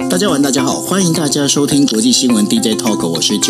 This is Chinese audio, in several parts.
大家晚，大家好，欢迎大家收听国际新闻 DJ Talk， 我是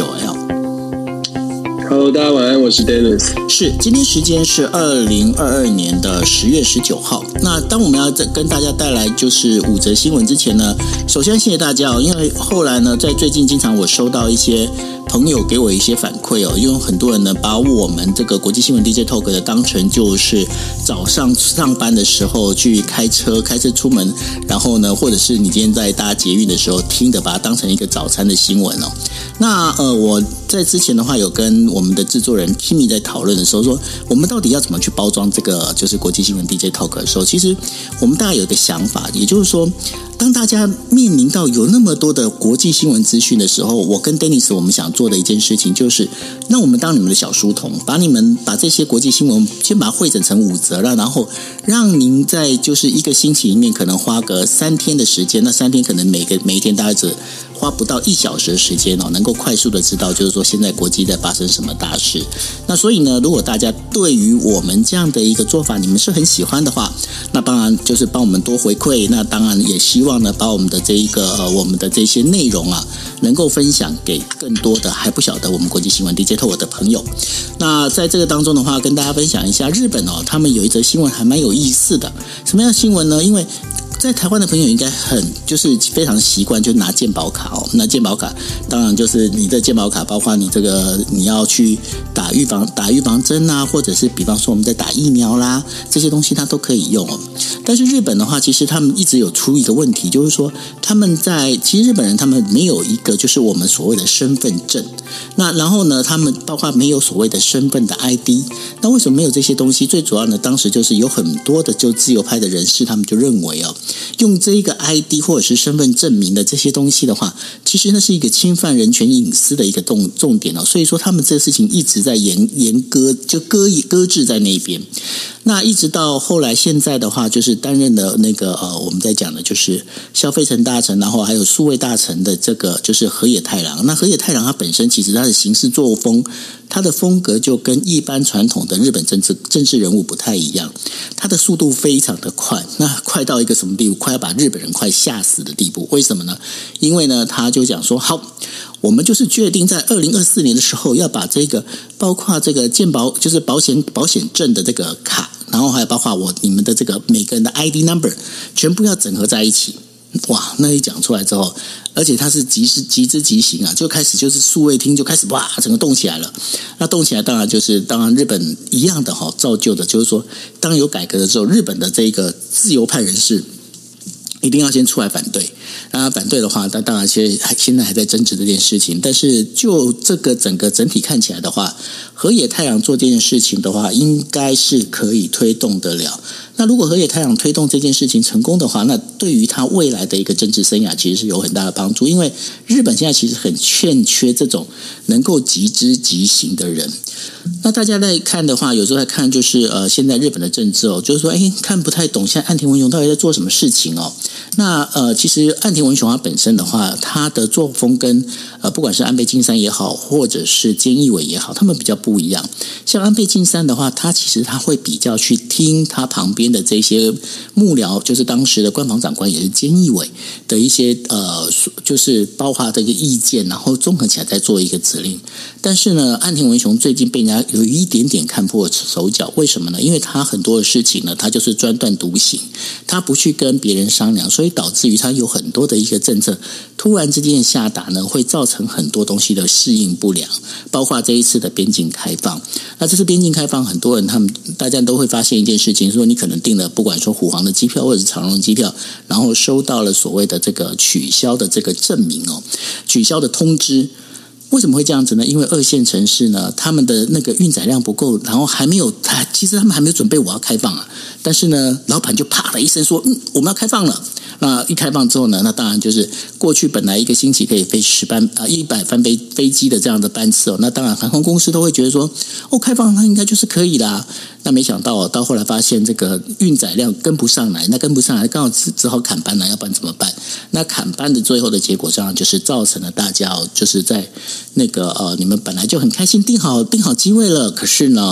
9L。Hello， 大家晚安，我是 Dennis。 是，今天时间是2022年的10月19号。那当我们要跟大家带来就是5则新闻之前呢，首先谢谢大家因为后来呢，在最近经常我收到一些朋友给我一些反馈因为很多人呢把我们这个国际新闻 DJ Talk 的当成就是早上上班的时候去开车出门，然后呢，或者是你今天在搭捷运的时候听的，把它当成一个早餐的新闻那我在之前的话有跟我们的制作人 Kimi 在讨论的时候说，我们到底要怎么去包装这个就是国际新闻 DJ Talk 的时候，其实我们大概有一个想法，也就是说，当大家面临到有那么多的国际新闻资讯的时候，我跟 Dennis 我们想做的一件事情就是，那我们当你们的小书童，把这些国际新闻先把它汇整成5则了，然后让您在就是一个星期里面可能花个3天的时间，那3天可能每一天大概只花不到1小时的时间能够快速的知道就是说现在国际在发生什么大事。那所以呢，如果大家对于我们这样的一个做法你们是很喜欢的话，那当然就是帮我们多回馈，那当然也希望呢把我们的这一个我们的这些内容能够分享给更多的还不晓得我们国际新闻 DJ Talk 的朋友。那在这个当中的话，跟大家分享一下日本他们有一则新闻还蛮有意思的。什么样的新闻呢？因为在台湾的朋友应该就是非常习惯就拿健保卡那健保卡当然就是你的健保卡包括你你要去打预防针或者是比方说我们在打疫苗啦，这些东西它都可以用但是日本的话，其实他们一直有出一个问题，就是说其实日本人他们没有一个就是我们所谓的身份证，那然后呢，他们包括没有所谓的身份的 ID。 那为什么没有这些东西？最主要呢，当时就是有很多的就自由派的人士，他们就认为用这个 ID 或者是身份证明的这些东西的话，其实那是一个侵犯人权隐私的一个重点所以说他们这个事情一直在严搁就搁置在那边。那一直到后来现在的话，就是担任的那个我们在讲的就是消费城大臣，然后还有数位大臣的这个就是河野太郎。那河野太郎他本身其实他的行事作风，他的风格就跟一般传统的日本政治人物不太一样，他的速度非常的快，那快到一个什么地步？快要把日本人快吓死的地步。为什么呢？因为呢，他就讲说，好，我们就是决定在2024年的时候要把这个包括这个健保就是保险证的这个卡，然后还有包括你们的这个每个人的 ID number 全部要整合在一起。哇，那一讲出来之后，而且它是即之即行就开始就是数位厅就开始哇整个动起来了。那动起来当然日本一样的造就的就是说，当有改革的时候，日本的这个自由派人士一定要先出来反对。那反对的话，那当然现在还在争执这件事情。但是就这个整体看起来的话，河野太郎做这件事情的话，应该是可以推动得了。那如果河野太郎推动这件事情成功的话，那对于他未来的一个政治生涯其实是有很大的帮助。因为日本现在其实很欠缺这种能够即知即行的人。那大家在看的话，有时候在看就是现在日本的政治就是说看不太懂现在岸田文雄到底在做什么事情那其实岸田文雄他本身的话，他的作风跟不管是安倍晋三也好，或者是菅义伟也好，他们比较不一样。像安倍晋三的话，他其实他会比较去听他旁边的这些幕僚，就是当时的官房长官也是菅义伟的一些就是包括这个意见，然后综合起来再做一个指令。但是呢，岸田文雄最近被人家有一点点看破手脚，为什么呢？因为他很多的事情呢，他就是专断独行，他不去跟别人商量，所以导致于他有很多的一个政策突然之间下达呢，会造成很多东西的适应不良，包括这一次的边境开放。那这次边境开放，很多人大家都会发现一件事情，说你可能订了不管说虎航的机票或者是长荣机票，然后收到了所谓的这个取消的这个证明取消的通知。为什么会这样子呢？因为2线城市呢，他们的那个运载量不够，然后其实他们还没有准备我要开放但是呢，老板就啪的一声说，我们要开放了。那一开放之后呢，那当然就是过去本来一个星期可以飞100班飞机的这样的班次那当然航空公司都会觉得说，开放它应该就是可以啦。那没想到到后来发现这个运载量跟不上来，刚好只好砍班了，要不然怎么办？那砍班的最后的结果上就是造成了大家就是在那个你们本来就很开心订好机位了，可是呢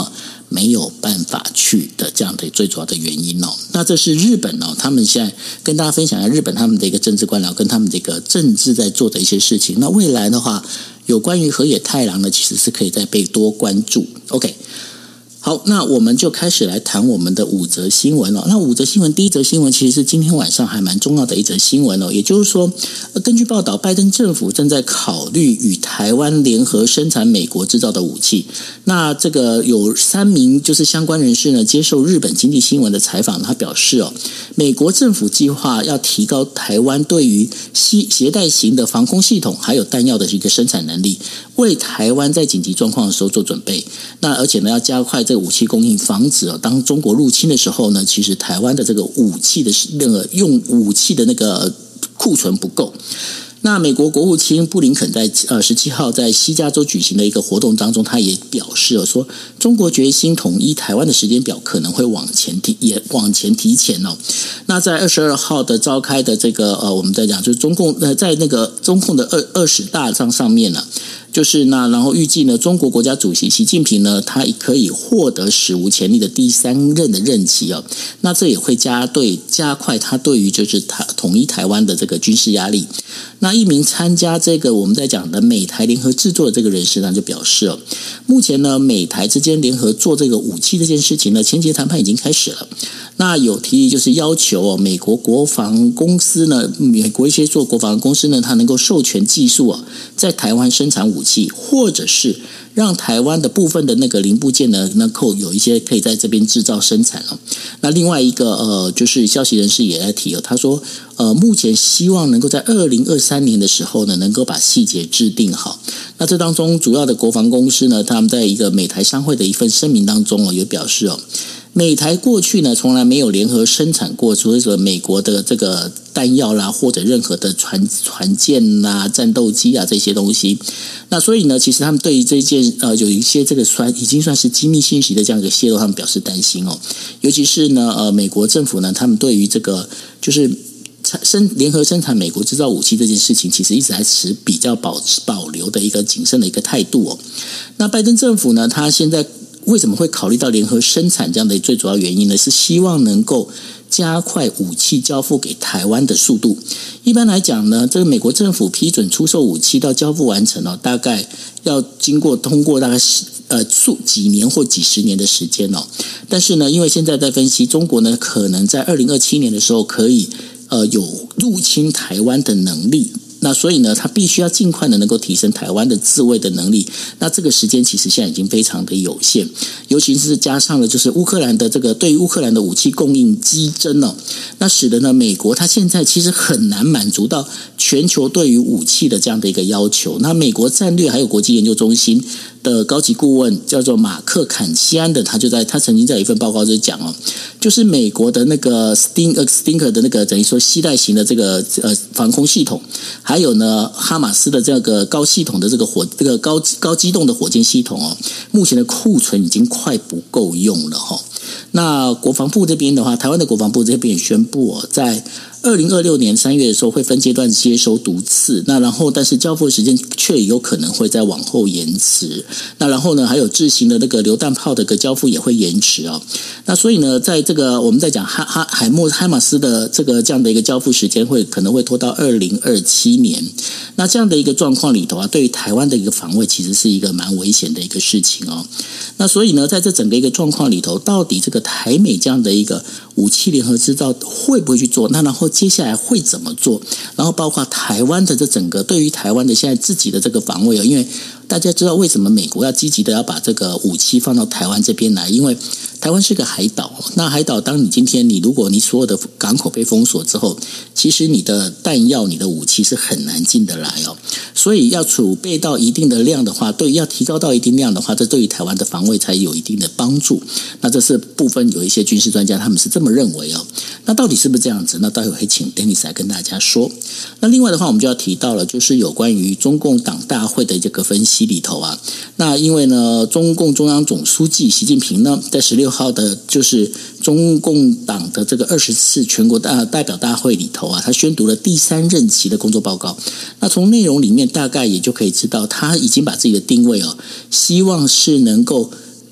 没有办法去的这样的最主要的原因哦。那这是日本哦，他们现在跟大家分享一下日本他们的一个政治官僚跟他们的一个政治在做的一些事情。那未来的话，有关于河野太郎呢，其实是可以再被多关注。OK。好，那我们就开始来谈我们的5则新闻了。那5则新闻，第一则新闻其实是今天晚上还蛮重要的一则新闻哦。也就是说，根据报道，拜登政府正在考虑与台湾联合生产美国制造的武器。那这个有3名就是相关人士呢，接受日本经济新闻的采访，他表示哦，美国政府计划要提高台湾对于携带型的防空系统还有弹药的一个生产能力，为台湾在紧急状况的时候做准备。那而且呢，要加快这个武器供应，防止当中国入侵的时候呢，其实台湾的这个武器的那个用武器的那个库存不够。那美国国务卿布林肯在17号在西加州举行的一个活动当中，他也表示了说，中国决心统一台湾的时间表可能会往前提前哦。那在22号的召开的这个我们在讲就是中共在那个中共的20大上面呢。就是那，然后预计呢，中国国家主席习近平呢，他可以获得史无前例的第3任的任期哦。那这也会加快他对于就是统一台湾的这个军事压力。那一名参加这个我们在讲的美台联合制作的这个人士呢，就表示哦，目前呢，美台之间联合做这个武器这件事情呢，前期谈判已经开始了。那有提议就是要求美国国防公司呢，美国一些做国防公司呢，它能够授权技术在台湾生产武器，或者是让台湾的部分的那个零部件呢，能够有一些可以在这边制造生产了。那另外一个就是消息人士也在提他说目前希望能够在2023年的时候呢，能够把细节制定好。那这当中主要的国防公司呢，他们在一个美台商会的一份声明当中也表示美台过去呢从来没有联合生产过所谓的美国的这个弹药啦，或者任何的船舰啦、战斗机啊这些东西。那所以呢，其实他们对于这件有一些这个已经算是机密信息的这样一个泄露，他们表示担心哦。尤其是呢美国政府呢，他们对于这个就是联合生产美国制造武器这件事情，其实一直还持比较保留的一个谨慎的一个态度哦。那拜登政府呢，他现在为什么会考虑到联合生产这样的最主要原因呢？是希望能够加快武器交付给台湾的速度。一般来讲呢，这个美国政府批准出售武器到交付完成大概要通过大概几年或几十年的时间但是呢，因为现在在分析中国呢，可能在2027年的时候可以有入侵台湾的能力。那所以呢，他必须要尽快的能够提升台湾的自卫的能力。那这个时间其实现在已经非常的有限，尤其是加上了就是乌克兰的这个对于乌克兰的武器供应激增那使得呢美国它现在其实很难满足到全球对于武器的这样的一个要求。那美国战略还有国际研究中心的高级顾问叫做马克坎西安的，他曾经在一份报告就讲就是美国的那个 Stinger 的那个等于说携带型的这个防空系统，还有呢哈马斯的这个高系统的这个高机动的火箭系统目前的库存已经快不够用了那国防部这边的话，台湾的国防部这边也宣布在2026年3月的时候会分阶段接收毒刺，那然后但是交付的时间却有可能会再往后延迟。那然后呢，还有智行的那个榴弹炮的个交付也会延迟那所以呢，在这个我们在讲海马斯的这样的一个交付时间可能会拖到2027年。那这样的一个状况里头对于台湾的一个防卫其实是一个蛮危险的一个事情那所以呢，在这整个一个状况里头，到底这个台美这样的一个武器联合制造会不会去做？那然后接下来会怎么做？然后包括台湾的这整个对于台湾的现在自己的这个防卫因为大家知道为什么美国要积极的要把这个武器放到台湾这边来，因为台湾是个海岛，那海岛当你今天如果你所有的港口被封锁之后，其实你的弹药你的武器是很难进得来所以要储备到一定的量的话，要提高到一定量的话，这对于台湾的防卫才有一定的帮助。那这是部分有一些军事专家他们是这么认为那到底是不是这样子？那待会会请 Dennis 来跟大家说。那另外的话，我们就要提到了就是有关于中共党大会的这个分析里头那因为呢，中共中央总书记习近平呢，在16号的就是中共党的这个20次全国代表大会里头他宣读了第3任期的工作报告。那从内容里面大概也就可以知道，他已经把自己的定位希望是能够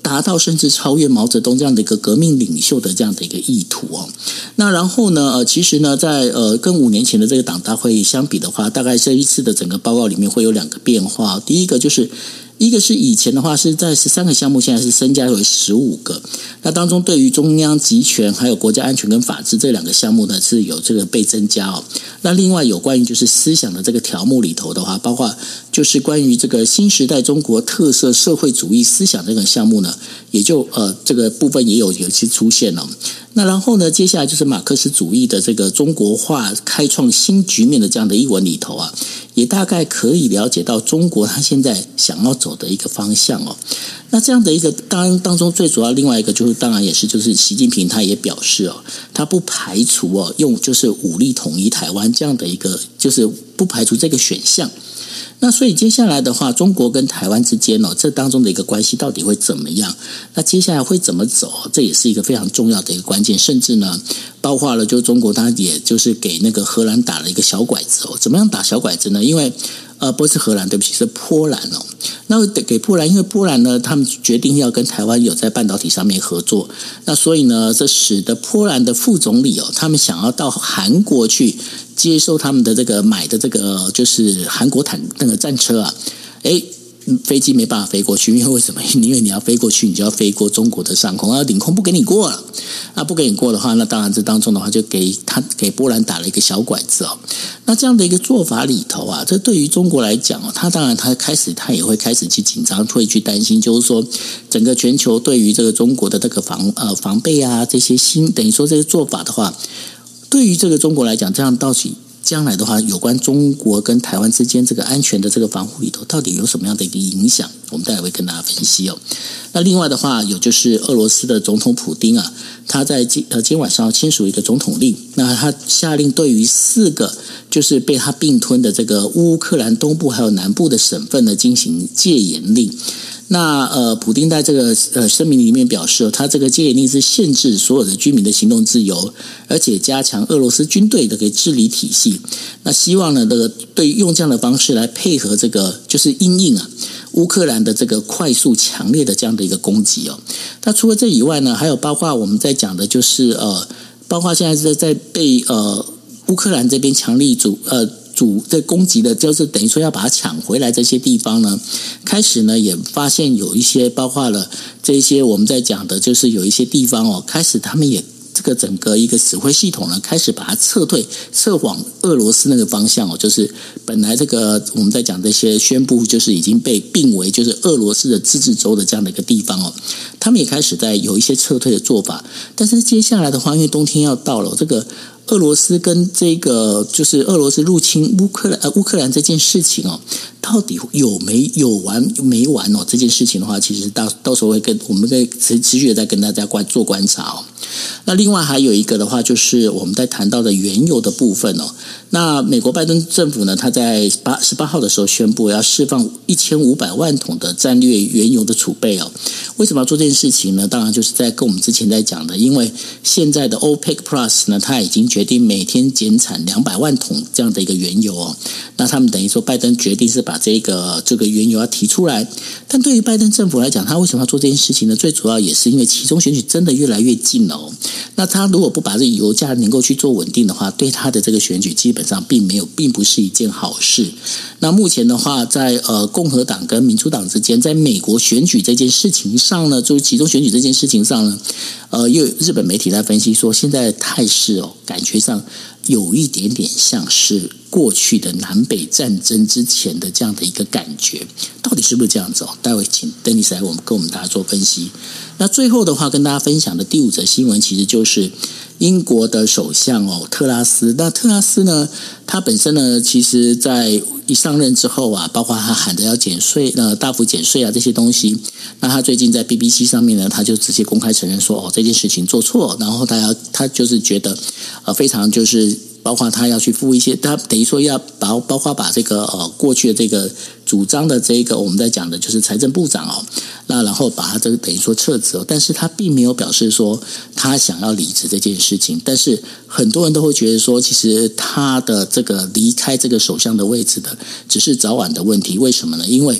达到甚至超越毛泽东这样的一个革命领袖的这样的一个意图哦。那然后呢，其实呢，在跟5年前的这个党大会相比的话，大概这一次的整个报告里面会有2个变化。第一个就是一个是以前的话是在13个项目，现在是增加为15个。那当中对于中央集权还有国家安全跟法治这2个项目呢是有这个被增加哦。那另外有关于就是思想的这个条目里头的话，包括就是关于这个新时代中国特色社会主义思想这个项目呢，也就这个部分也有些出现了。那然后呢，接下来就是马克思主义的这个中国化开创新局面的这样的一文里头啊，也大概可以了解到中国它现在想要走的一个方向哦。那这样的一个当中最主要另外一个就是当然也是就是习近平他也表示哦，他不排除哦用就是武力统一台湾这样的一个就是不排除这个选项。那所以接下来的话，中国跟台湾之间这当中的一个关系到底会怎么样？那接下来会怎么走？这也是一个非常重要的一个关键。甚至呢，包括了就中国，它也就是给那个荷兰打了一个小拐子哦。怎么样打小拐子呢？因为不是荷兰，对不起，是波兰哦。那给波兰，因为波兰呢，他们决定要跟台湾有在半导体上面合作，那所以呢，这使得波兰的副总理他们想要到韩国去接收他们的这个买的这个就是韩国那个战车啊，飞机没办法飞过去，因为为什么？因为你要飞过去，你就要飞过中国的上空，领空不给你过了。那不给你过的话，那当然这当中的话就给波兰打了一个小拐子哦。那这样的一个做法里头啊，这对于中国来讲他当然他也会开始去紧张，会去担心，就是说整个全球对于这个中国的这个防备啊这些等于说这个做法的话，对于这个中国来讲，这样到底将来的话，有关中国跟台湾之间这个安全的这个防护里头，到底有什么样的一个影响？我们待会会跟大家分析哦。那另外的话，有就是俄罗斯的总统普丁啊，他在今天晚上签署一个总统令，那他下令对于4个就是被他并吞的这个乌克兰东部还有南部的省份呢进行戒严令。那普丁在这个声明里面表示，他这个戒严令是限制所有的居民的行动自由，而且加强俄罗斯军队的治理体系。那希望呢，对用这样的方式来配合这个就是因应乌克兰的这个快速强烈的这样的一个攻击哦。那除了这以外呢，还有包括我们在讲的就是包括现在在被乌克兰这边强力在攻击的，就是等于说要把它抢回来这些地方呢，开始呢也发现有一些包括了这些我们在讲的，就是有一些地方开始他们也这个整个一个指挥系统呢，开始把它撤往俄罗斯那个方向就是本来这个我们在讲这些宣布就是已经被并为就是俄罗斯的自治州的这样的一个地方他们也开始在有一些撤退的做法。但是接下来的话，因为冬天要到了，这个俄罗斯跟这个就是俄罗斯入侵乌克兰这件事情到底有没完这件事情的话，其实到时候我们会持续的在跟大家做观察那另外还有一个的话，就是我们在谈到的原油的部分那美国拜登政府呢，他在18号的时候宣布要释放1500万桶的战略原油的储备为什么要做这件事情呢？当然就是在跟我们之前在讲的，因为现在的 OPEC Plus 呢，他已经决定每天减产200万桶这样的一个原油那他们等于说拜登决定是把这个原油要提出来。但对于拜登政府来讲，他为什么要做这件事情呢？最主要也是因为期中选举真的越来越近了那他如果不把这个油价能够去做稳定的话，对他的这个选举基本上并不是一件好事。那目前的话，在共和党跟民主党之间，在美国选举这件事情上呢，就是期中选举这件事情上呢，又有日本媒体在分析说，现在的态势感觉上有一点点像是过去的南北战争之前的这样的一个感觉，到底是不是这样子待会请 Dennis 来跟我们大家做分析。那最后的话，跟大家分享的第5则新闻，其实就是英国的首相特拉斯。那特拉斯呢，他本身呢，其实在一上任之后包括他喊着要减税大幅减税这些东西，那他最近在 BBC 上面呢，他就直接公开承认说这件事情做错，然后他就是觉得非常就是包括他要去付一些，他等于说要包括把这个过去的这个主张的这个我们在讲的就是财政部长那然后把他这个等于说撤职但是他并没有表示说他想要离职这件事情。但是很多人都会觉得说，其实他的这个离开这个首相的位置的只是早晚的问题。为什么呢？因为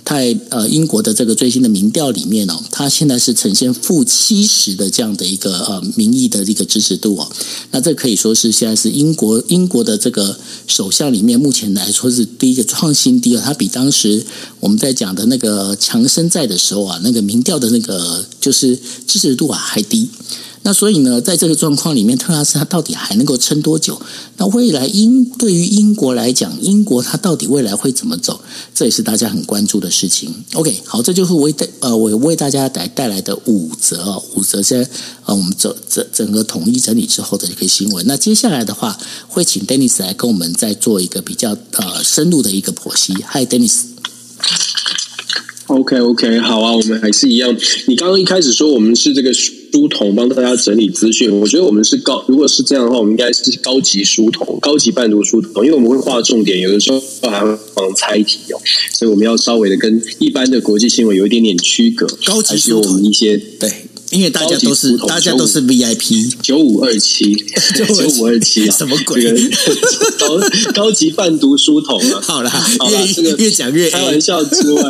在英国的这个最新的民调里面哦，它现在是呈现-70的这样的一个民意的一个支持度哦。那这可以说是现在是英国的这个首相里面目前来说是第一个创新低哦，它比当时我们在讲的那个强生在的时候啊，那个民调的那个就是支持度还低。那所以呢，在这个状况里面，特拉斯他到底还能够撑多久？那未来对于英国来讲，英国它到底未来会怎么走？这也是大家很关注的事情。OK， 好，这就是我为大家带来的5则现在我们整个统一整理之后的一个新闻。那接下来的话，会请 Dennis 来跟我们再做一个比较深入的一个剖析。Hi Dennis。OK， 好啊，我们还是一样。你刚刚一开始说我们是这个书童，帮大家整理资讯。我觉得我们是如果是这样的话，我们应该是高级书童、高级伴读书童，因为我们会画重点，有的时候还会放猜题哦，所以我们要稍微的跟一般的国际新闻有一点点区隔。 高级书童， 我们一些对。因为大家都是 VIP 9527 什么鬼？ 高级伴读书童啊！ 好啦，这个越讲越开玩笑之外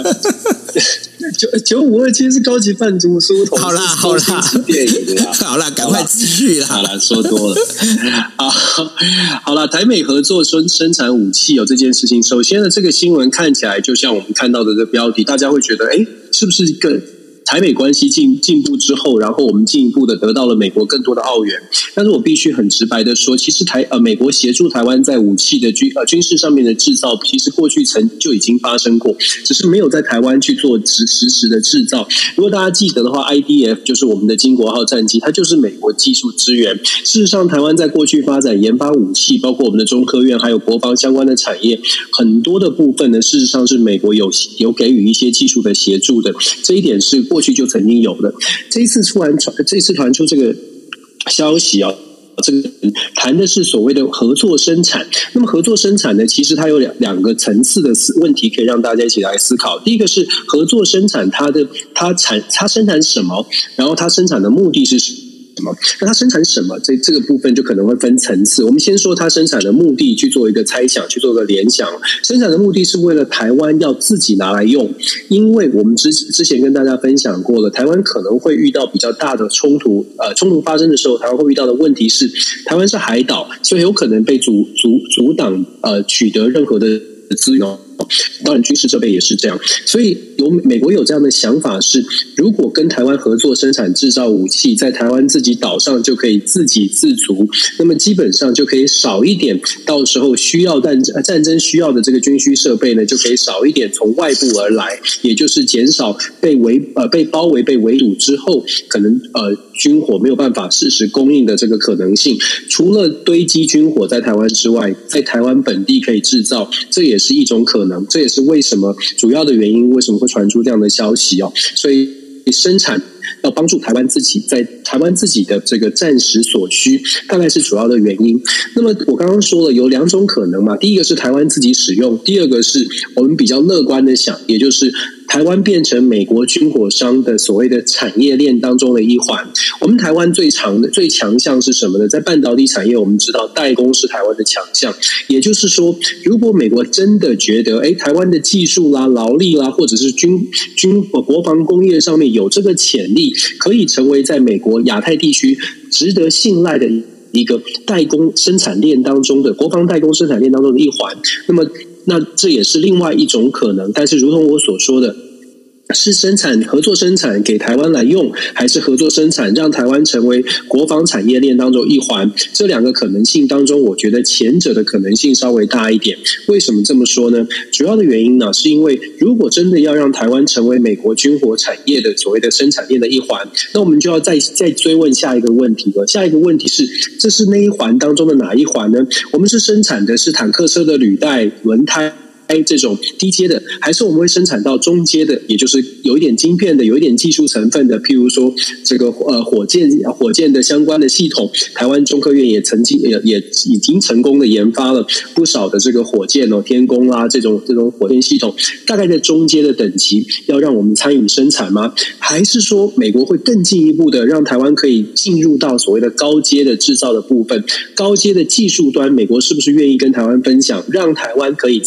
，9527是高级伴读书童。 好啦， 电影啦， 好啦，赶快继续啦！ 好啦，说多了。好啦，台美合作生产武器这件事情，首先呢，这个新闻看起来就像我们看到的这个标题，大家会觉得，是不是一个台美关系进步之后，然后我们进一步的得到了美国更多的澳元。但是我必须很直白的说，其实美国协助台湾在武器的军事上面的制造，其实过去就已经发生过，只是没有在台湾去做实时的制造。如果大家记得的话 ，IDF 就是我们的金国号战机，它就是美国技术支援。事实上，台湾在过去发展研发武器，包括我们的中科院还有国防相关的产业，很多的部分呢，事实上是美国有给予一些技术的协助的。这一点是过去就曾经有的。这一次传出这个消息啊，这个谈的是所谓的合作生产。那么合作生产呢，其实它有两个层次的问题可以让大家一起来思考。第一个是合作生产，它生产什么，然后它生产的目的是什么？那它生产什么？这个部分就可能会分层次。我们先说它生产的目的，去做一个猜想，去做个联想。生产的目的是为了台湾要自己拿来用，因为我们之前跟大家分享过了，台湾可能会遇到比较大的冲突发生的时候，台湾会遇到的问题是，台湾是海岛，所以有可能被阻挡取得任何的资源。当然军事设备也是这样，所以美国有这样的想法是，如果跟台湾合作生产制造武器，在台湾自己岛上就可以自给自足，那么基本上就可以少一点，到时候需要战争需要的这个军需设备呢，就可以少一点从外部而来，也就是减少被包围被围堵之后，可能军火没有办法适时供应的这个可能性。除了堆积军火在台湾之外，在台湾本地可以制造，这也是一种可能。这也是为什么主要的原因，为什么会传出这样的消息哦？所以生产要帮助台湾自己在台湾自己的这个暂时所需，大概是主要的原因。那么我刚刚说了有2种可能嘛，第一个是台湾自己使用，第二个是我们比较乐观的想，也就是台湾变成美国军火商的所谓的产业链当中的一环。我们台湾最强项是什么呢？在半导体产业，我们知道代工是台湾的强项。也就是说，如果美国真的觉得台湾的技术啦、劳力啦，或者是国防工业上面有这个潜力，可以成为在美国亚太地区值得信赖的一个代工生产链当中的国防代工生产链当中的一环，那这也是另外一种可能。但是如同我所说的，是合作生产给台湾来用，还是合作生产让台湾成为国防产业链当中一环？这2个可能性当中，我觉得前者的可能性稍微大一点。为什么这么说呢？主要的原因呢，是因为如果真的要让台湾成为美国军火产业的所谓的生产链的一环，那我们就要再追问下一个问题了。下一个问题是，这是那一环当中的哪一环呢？我们是生产的是坦克车的履带、轮胎这种低阶的，还是我们会生产到中阶的，也就是有一点晶片的，有一点技术成分的，譬如说这个火箭的相关的系统，台湾中科院也已经成功的研发了不少的这个火箭天宫啦这种火箭系统，大概在中阶的等级，要让我们参与生产吗？还是说美国会更进一步的让台湾可以进入到所谓的高阶的制造的部分，高阶的技术端，美国是不是愿意跟台湾分享，让台湾可以参与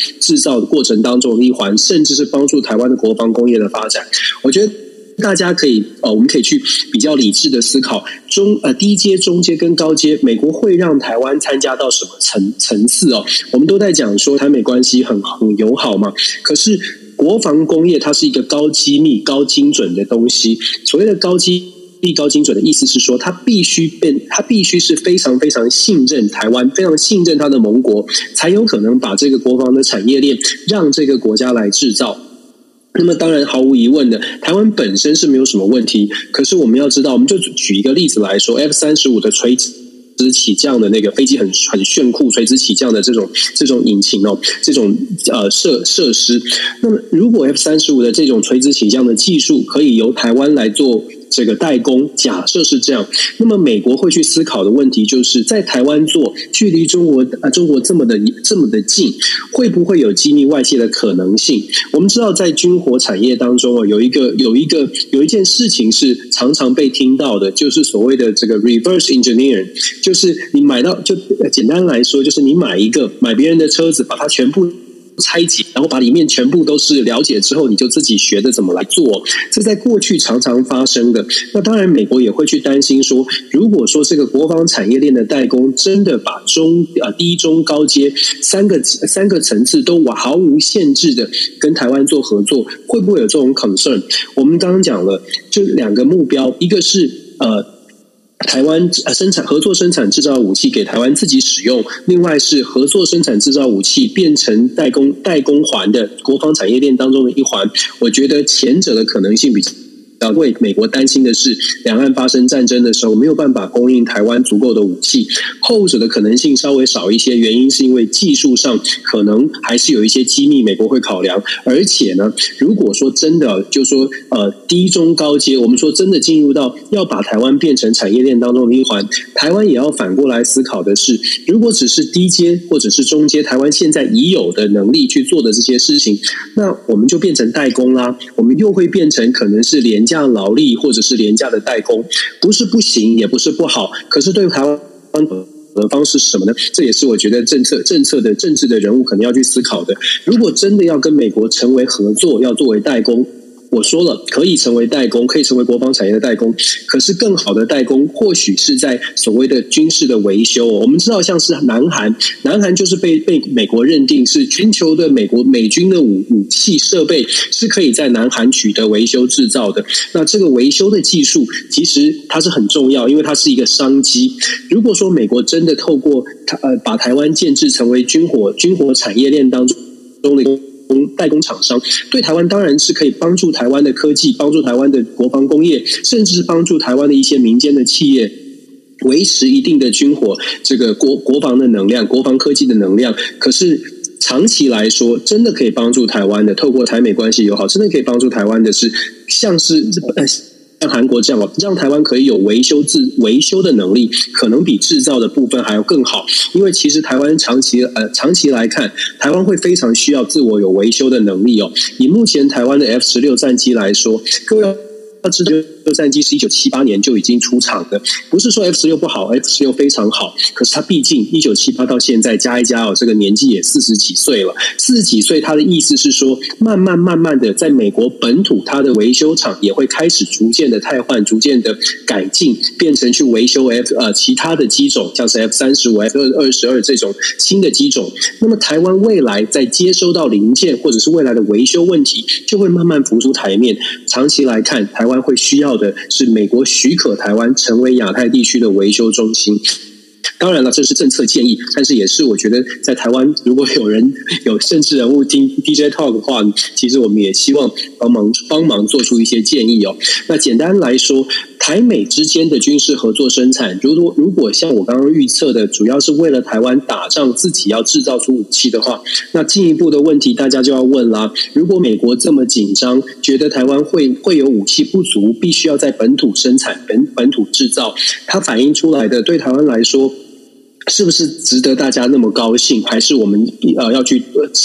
制造的过程当中的一环，甚至是帮助台湾的国防工业的发展。我觉得大家可以我们可以去比较理智的思考低阶、中阶跟高阶，美国会让台湾参加到什么层次哦？我们都在讲说台美关系很友好嘛，可是国防工业它是一个高机密、高精准的东西。所谓的高机密、高精准的意思是说，它必须是非常非常信任台湾，非常信任它的盟国，才有可能把这个国防的产业链让这个国家来制造。那么当然毫无疑问的，台湾本身是没有什么问题，可是我们要知道，我们就举一个例子来说 ，F-35的垂直起降的那个飞机很炫酷，垂直起降的这种引擎哦，这种设施。那么如果 F-35的这种垂直起降的技术可以由台湾来做这个代工，假设是这样，那么美国会去思考的问题就是在台湾做，距离中国这么的近，会不会有机密外泄的可能性？我们知道在军火产业当中有一件事情是常常被听到的，就是所谓的这个 reverse engineering， 就是你买到，就简单来说，就是你买别人的车子，把它全部拆解，然后把里面全部都是了解之后，你就自己学着怎么来做。这在过去常常发生的。那当然美国也会去担心说，如果说这个国防产业链的代工真的把低中高阶三个层次都毫无限制的跟台湾做合作，会不会有这种 concern？ 我们刚刚讲了就两个目标，一个是台湾合作生产制造武器给台湾自己使用，另外是合作生产制造武器变成代工环的国防产业链当中的一环。我觉得前者的可能性比较为美国担心的是，两岸发生战争的时候没有办法供应台湾足够的武器，后者的可能性稍微少一些，原因是因为技术上可能还是有一些机密，美国会考量。而且呢，如果说真的就是说低中高阶，我们说真的进入到要把台湾变成产业链当中的一环，台湾也要反过来思考的是，如果只是低阶或者是中阶，台湾现在已有的能力去做的这些事情，那我们就变成代工啦，我们又会变成可能是廉价劳力或者是廉价的代工，不是不行，也不是不好，可是对台湾的方式是什么呢？这也是我觉得政治的人物可能要去思考的。如果真的要跟美国成为合作，要作为代工，我说了，可以成为代工，可以成为国防产业的代工，可是更好的代工或许是在所谓的军事的维修。我们知道像是南韩就是被美国认定是全球的美军的武器设备是可以在南韩取得维修制造的。那这个维修的技术其实它是很重要，因为它是一个商机。如果说美国真的透过把台湾建制成为军火产业链当中的代工厂商，对台湾当然是可以帮助台湾的科技，帮助台湾的国防工业，甚至是帮助台湾的一些民间的企业维持一定的军火这个国防的能量，国防科技的能量。可是长期来说，真的可以帮助台湾的，透过台美关系友好，真的可以帮助台湾的是像韩国这样，让台湾可以有维修的能力，可能比制造的部分还要更好。因为其实台湾长期来看，台湾会非常需要自我有维修的能力哦。以目前台湾的 F-16 战机来说，各位要知道战机是1978年就已经出厂的，不是说 F-16 不好， F-16 非常好，可是它毕竟1978到现在加一加这个年纪也40几岁了，40几岁，它的意思是说慢慢的在美国本土它的维修厂也会开始逐渐的汰换，逐渐的改进，变成去维修其他的机种，像是 F-35 F-22 这种新的机种。那么台湾未来在接收到零件或者是未来的维修问题就会慢慢浮出台面。长期来看，台湾会需要的是美国许可台湾成为亚太地区的维修中心。当然了，这是政策建议，但是也是我觉得在台湾如果有政治人物听 DJ Talk 的话，其实我们也希望帮忙做出一些建议哦。那简单来说，台美之间的军事合作生产，如果像我刚刚预测的，主要是为了台湾打仗自己要制造出武器的话，那进一步的问题大家就要问啦。如果美国这么紧张，觉得台湾会有武器不足，必须要在本土生产、本土制造，它反映出来的对台湾来说，是不是值得大家那么高兴？还是我们要去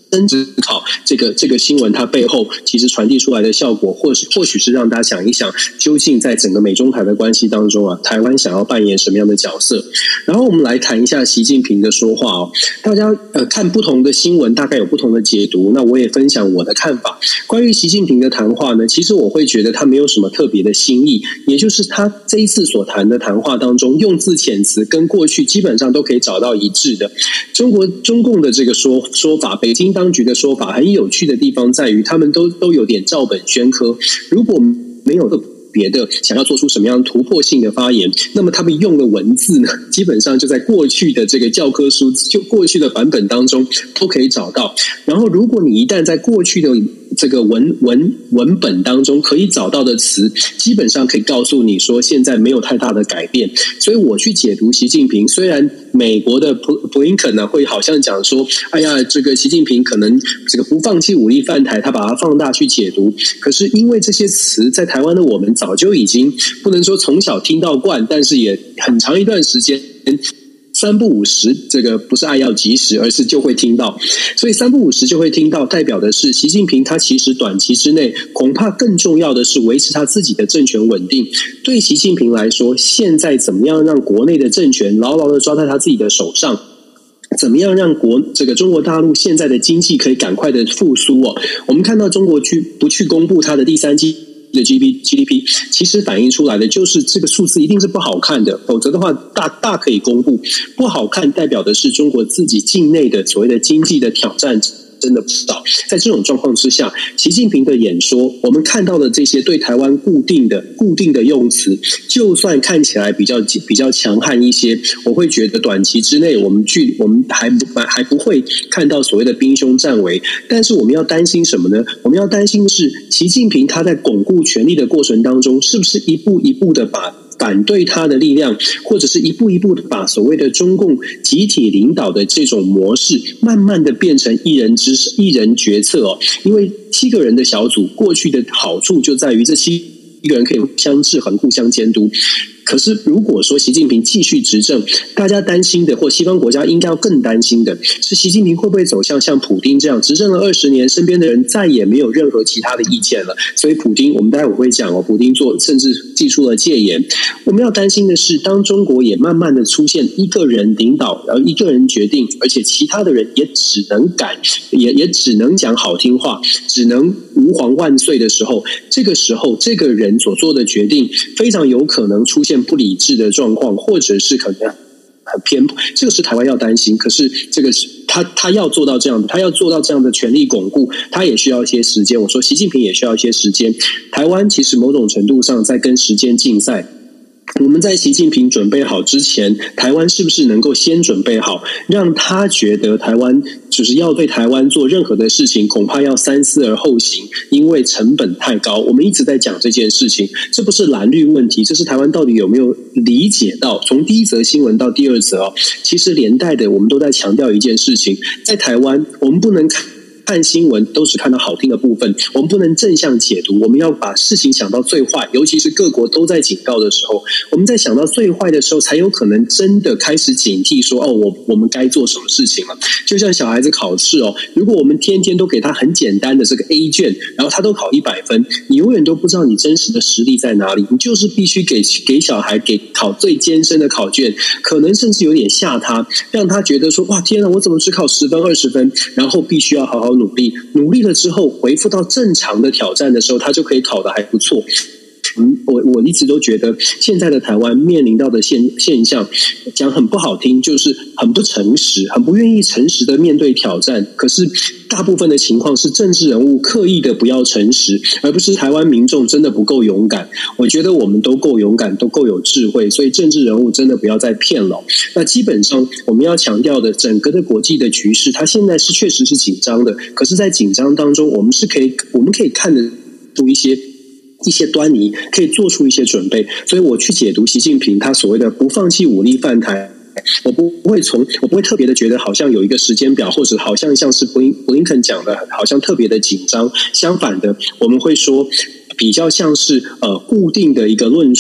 思考这个新闻它背后其实传递出来的效果，或许是让大家想一想，究竟在整个美中台的关系当中啊，台湾想要扮演什么样的角色。然后我们来谈一下习近平的说话哦，大家看不同的新闻大概有不同的解读，那我也分享我的看法。关于习近平的谈话呢，其实我会觉得他没有什么特别的新意，也就是他这一次所谈的谈话当中，用字遣词跟过去基本上都可以找到一致的。中共的这个说法，北京当局的说法很有趣的地方在于，他们都有点照本宣科。如果没有别的想要做出什么样突破性的发言，那么他们用的文字呢，基本上就在过去的这个教科书，就过去的版本当中都可以找到。然后如果你一旦在过去的这个文本当中可以找到的词，基本上可以告诉你说现在没有太大的改变。所以我去解读习近平，虽然美国的布林肯呢会好像讲说，哎呀，这个习近平可能这个不放弃武力犯台，他把它放大去解读。可是因为这些词在台湾的我们早就已经不能说从小听到惯，但是也很长一段时间三不五时，这个不是爱要及时，而是就会听到。所以三不五时就会听到，代表的是习近平他其实短期之内恐怕更重要的是维持他自己的政权稳定。对习近平来说，现在怎么样让国内的政权牢牢的抓在他自己的手上，怎么样让这个中国大陆现在的经济可以赶快的复苏哦？我们看到中国不去公布它的第三季的 GDP， 其实反映出来的就是这个数字一定是不好看的，否则的话大可以公布。不好看代表的是中国自己境内的所谓的经济的挑战真的不少。在这种状况之下，习近平的演说，我们看到的这些对台湾固定的用词，就算看起来比较强悍一些，我会觉得短期之内我们还不会看到所谓的兵凶战危。但是我们要担心什么呢？我们要担心的是习近平他在巩固权力的过程当中，是不是一步一步的把反对他的力量，或者是一步一步的把所谓的中共集体领导的这种模式，慢慢的变成一人决策哦。因为7个人的小组，过去的好处就在于这7个人可以互相制衡、互相监督。可是如果说习近平继续执政，大家担心的，或西方国家应该要更担心的是，习近平会不会走向像普丁这样执政了20年，身边的人再也没有任何其他的意见了。所以普丁，我们待会会讲哦，普丁甚至祭出了戒严。我们要担心的是，当中国也慢慢的出现一个人领导，然后一个人决定，而且其他的人也只能讲好听话，只能吾皇万岁的时候，这个时候这个人所做的决定非常有可能出现不理智的状况，或者是可能很偏颇，这个是台湾要担心。可是这个是他要做到这样的，他要做到这样的权力巩固，他也需要一些时间。我说习近平也需要一些时间。台湾其实某种程度上在跟时间竞赛。我们在习近平准备好之前，台湾是不是能够先准备好，让他觉得台湾就是要对台湾做任何的事情，恐怕要三思而后行，因为成本太高。我们一直在讲这件事情，这不是蓝绿问题，这是台湾到底有没有理解到，从第一则新闻到第二则哦，其实连带的我们都在强调一件事情，在台湾我们不能看新闻都只看到好听的部分，我们不能正向解读，我们要把事情想到最坏，尤其是各国都在警告的时候，我们在想到最坏的时候，才有可能真的开始警惕说，我们该做什么事情了。就像小孩子考试哦，如果我们天天都给他很简单的这个 A 卷，然后他都考100分，你永远都不知道你真实的实力在哪里。你就是必须给小孩考最艰深的考卷，可能甚至有点吓他，让他觉得说，哇天哪，我怎么只考10分20分，然后必须要好好努力了之后，回复到正常的挑战的时候，他就可以考得还不错。我一直都觉得现在的台湾面临到的现象，讲很不好听，就是很不诚实，很不愿意诚实的面对挑战。可是大部分的情况是政治人物刻意的不要诚实，而不是台湾民众真的不够勇敢。我觉得我们都够勇敢，都够有智慧，所以政治人物真的不要再骗了。那基本上我们要强调的，整个的国际的局势，它现在是确实是紧张的，可是在紧张当中，我们可以看得出一些端倪，可以做出一些准备。所以我去解读习近平他所谓的不放弃武力犯台，我不会特别的觉得好像有一个时间表，或者好像是布林肯讲的好像特别的紧张。相反的，我们会说比较像是固定的一个论述，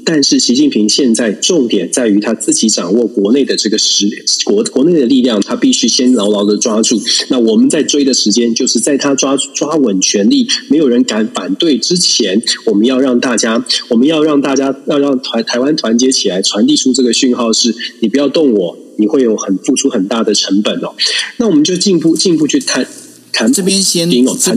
但是习近平现在重点在于他自己掌握国内的这个国内的力量，他必须先牢牢的抓住。那我们在追的时间，就是在他抓稳权力，没有人敢反对之前，我们要让台湾团结起来，传递出这个讯号是：你不要动我，你会有付出很大的成本哦。那我们就进一步去谈这边先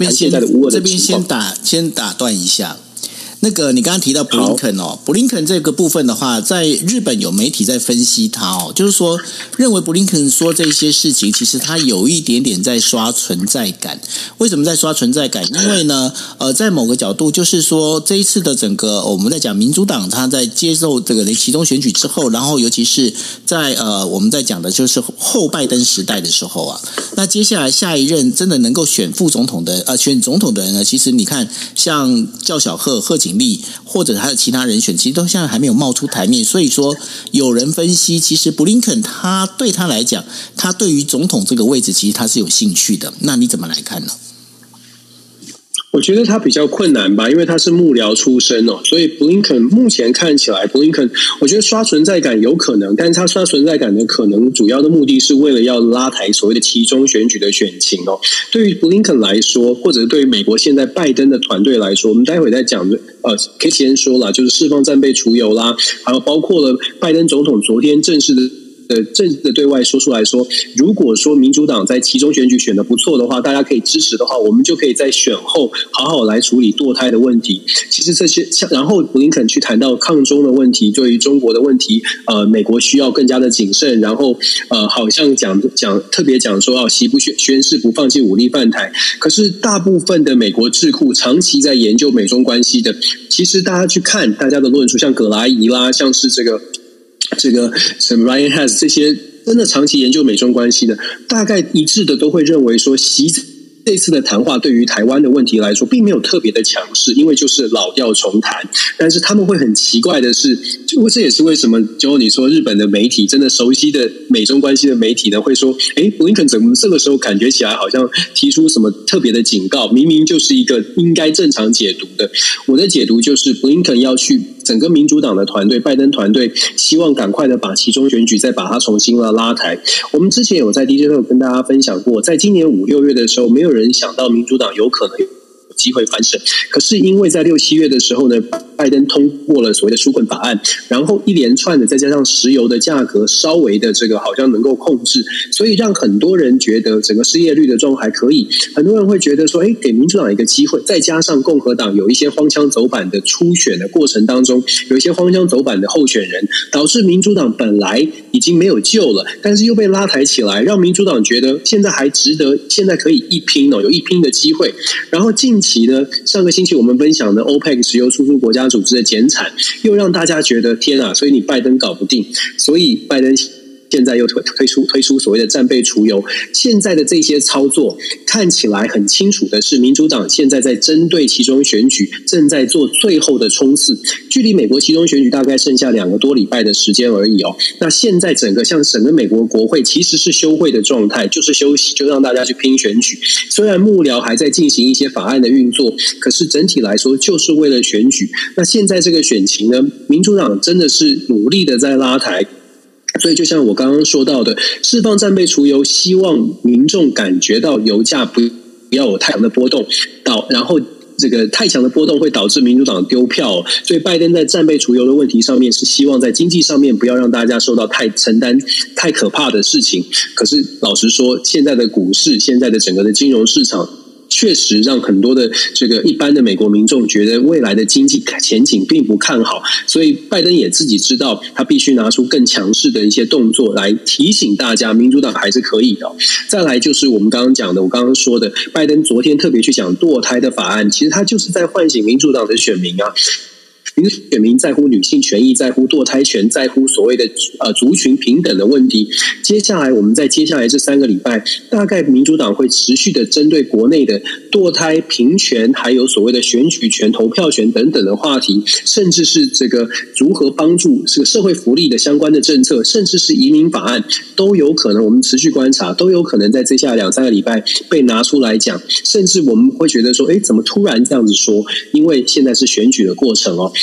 打断一下。那个你刚刚提到布林肯布林肯这个部分的话，在日本有媒体在分析他就是说认为布林肯说这些事情，其实他有一点点在刷存在感。为什么在刷存在感？因为呢，在某个角度就是说，这一次的整个我们在讲民主党，他在接受这个期中选举之后，然后尤其是在我们在讲的就是后拜登时代的时候啊，那接下来下一任真的能够选副总统的选总统的人呢，其实你看像赵小贺锦丽或者还有其他人选，其实都现在还没有冒出台面。所以说有人分析，其实布林肯他对他来讲，他对于总统这个位置其实他是有兴趣的。那你怎么来看呢？ 我觉得他比较困难吧，因为他是幕僚出身所以布林肯目前看起来，我觉得刷存在感有可能，但是他刷存在感的可能主要的目的是为了要拉抬所谓的期中选举的选情对于布林肯来说，或者对于美国现在拜登的团队来说，我们待会再讲可以先说啦，就是释放战备储油啦，还有包括了拜登总统昨天正式的对外说出来说，如果说民主党在期中选举选得不错的话，大家可以支持的话，我们就可以在选后好好来处理堕胎的问题。其实这些，然后布林肯去谈到抗中的问题，对于中国的问题，美国需要更加的谨慎。然后好像特别讲说习不宣誓不放弃武力犯台。可是大部分的美国智库长期在研究美中关系的，其实大家去看大家的论述，像葛莱仪啦，像是这个什么 Ryan Hess 这些真的长期研究美中关系的，大概一致的都会认为说，习这次的谈话对于台湾的问题来说并没有特别的强势，因为就是老调重弹。但是他们会很奇怪的是，这也是为什么就你说日本的媒体真的熟悉的美中关系的媒体呢，会说布林肯怎么这个时候感觉起来好像提出什么特别的警告，明明就是一个应该正常解读的。我的解读就是布林肯要去整个民主党的团队，拜登团队希望赶快的把期中选举再把它重新拉抬。我们之前有在 DJ 有跟大家分享过，在今年5、6月的时候，没有人想到民主党有可能有机会翻身，可是因为在6、7月的时候呢，拜登通过了所谓的纾困法案，然后一连串的再加上石油的价格稍微的这个好像能够控制，所以让很多人觉得整个失业率的状况还可以。很多人会觉得说，给民主党一个机会，再加上共和党有一些荒腔走板的初选的过程当中，有一些荒腔走板的候选人，导致民主党本来已经没有救了，但是又被拉抬起来，让民主党觉得现在还值得，现在可以一拼有一拼的机会。然后近期呢，上个星期我们分享的 OPEC 石油输出国家组织的减产，又让大家觉得天啊，所以你拜登搞不定，所以拜登现在又推出所谓的战备储油。现在的这些操作看起来很清楚的是，民主党现在在针对期中选举正在做最后的冲刺，距离美国期中选举大概剩下2个多礼拜的时间而已那现在整个美国国会其实是休会的状态，就是休息，就让大家去拼选举。虽然幕僚还在进行一些法案的运作，可是整体来说就是为了选举。那现在这个选情呢，民主党真的是努力的在拉抬。所以就像我刚刚说到的，释放战备储油，希望民众感觉到油价不要有太强的波动，然后这个太强的波动会导致民主党丢票所以拜登在战备储油的问题上面是希望在经济上面不要让大家受到承担太可怕的事情。可是老实说，现在的股市，现在的整个的金融市场，确实让很多的这个一般的美国民众觉得未来的经济前景并不看好，所以拜登也自己知道他必须拿出更强势的一些动作来提醒大家民主党还是可以的。再来就是我们刚刚讲的，我刚刚说的，拜登昨天特别去讲堕胎的法案，其实他就是在唤醒民主党的选民啊。选民在乎女性权益，在乎堕胎权，在乎所谓的族群平等的问题。接下来我们在接下来这3个礼拜，大概民主党会持续的针对国内的堕胎、平权，还有所谓的选举权、投票权等等的话题，甚至是这个如何帮助这个社会福利的相关的政策，甚至是移民法案，都有可能我们持续观察，都有可能在接下来2、3个礼拜被拿出来讲。甚至我们会觉得说，怎么突然这样子说？因为现在是选举的过程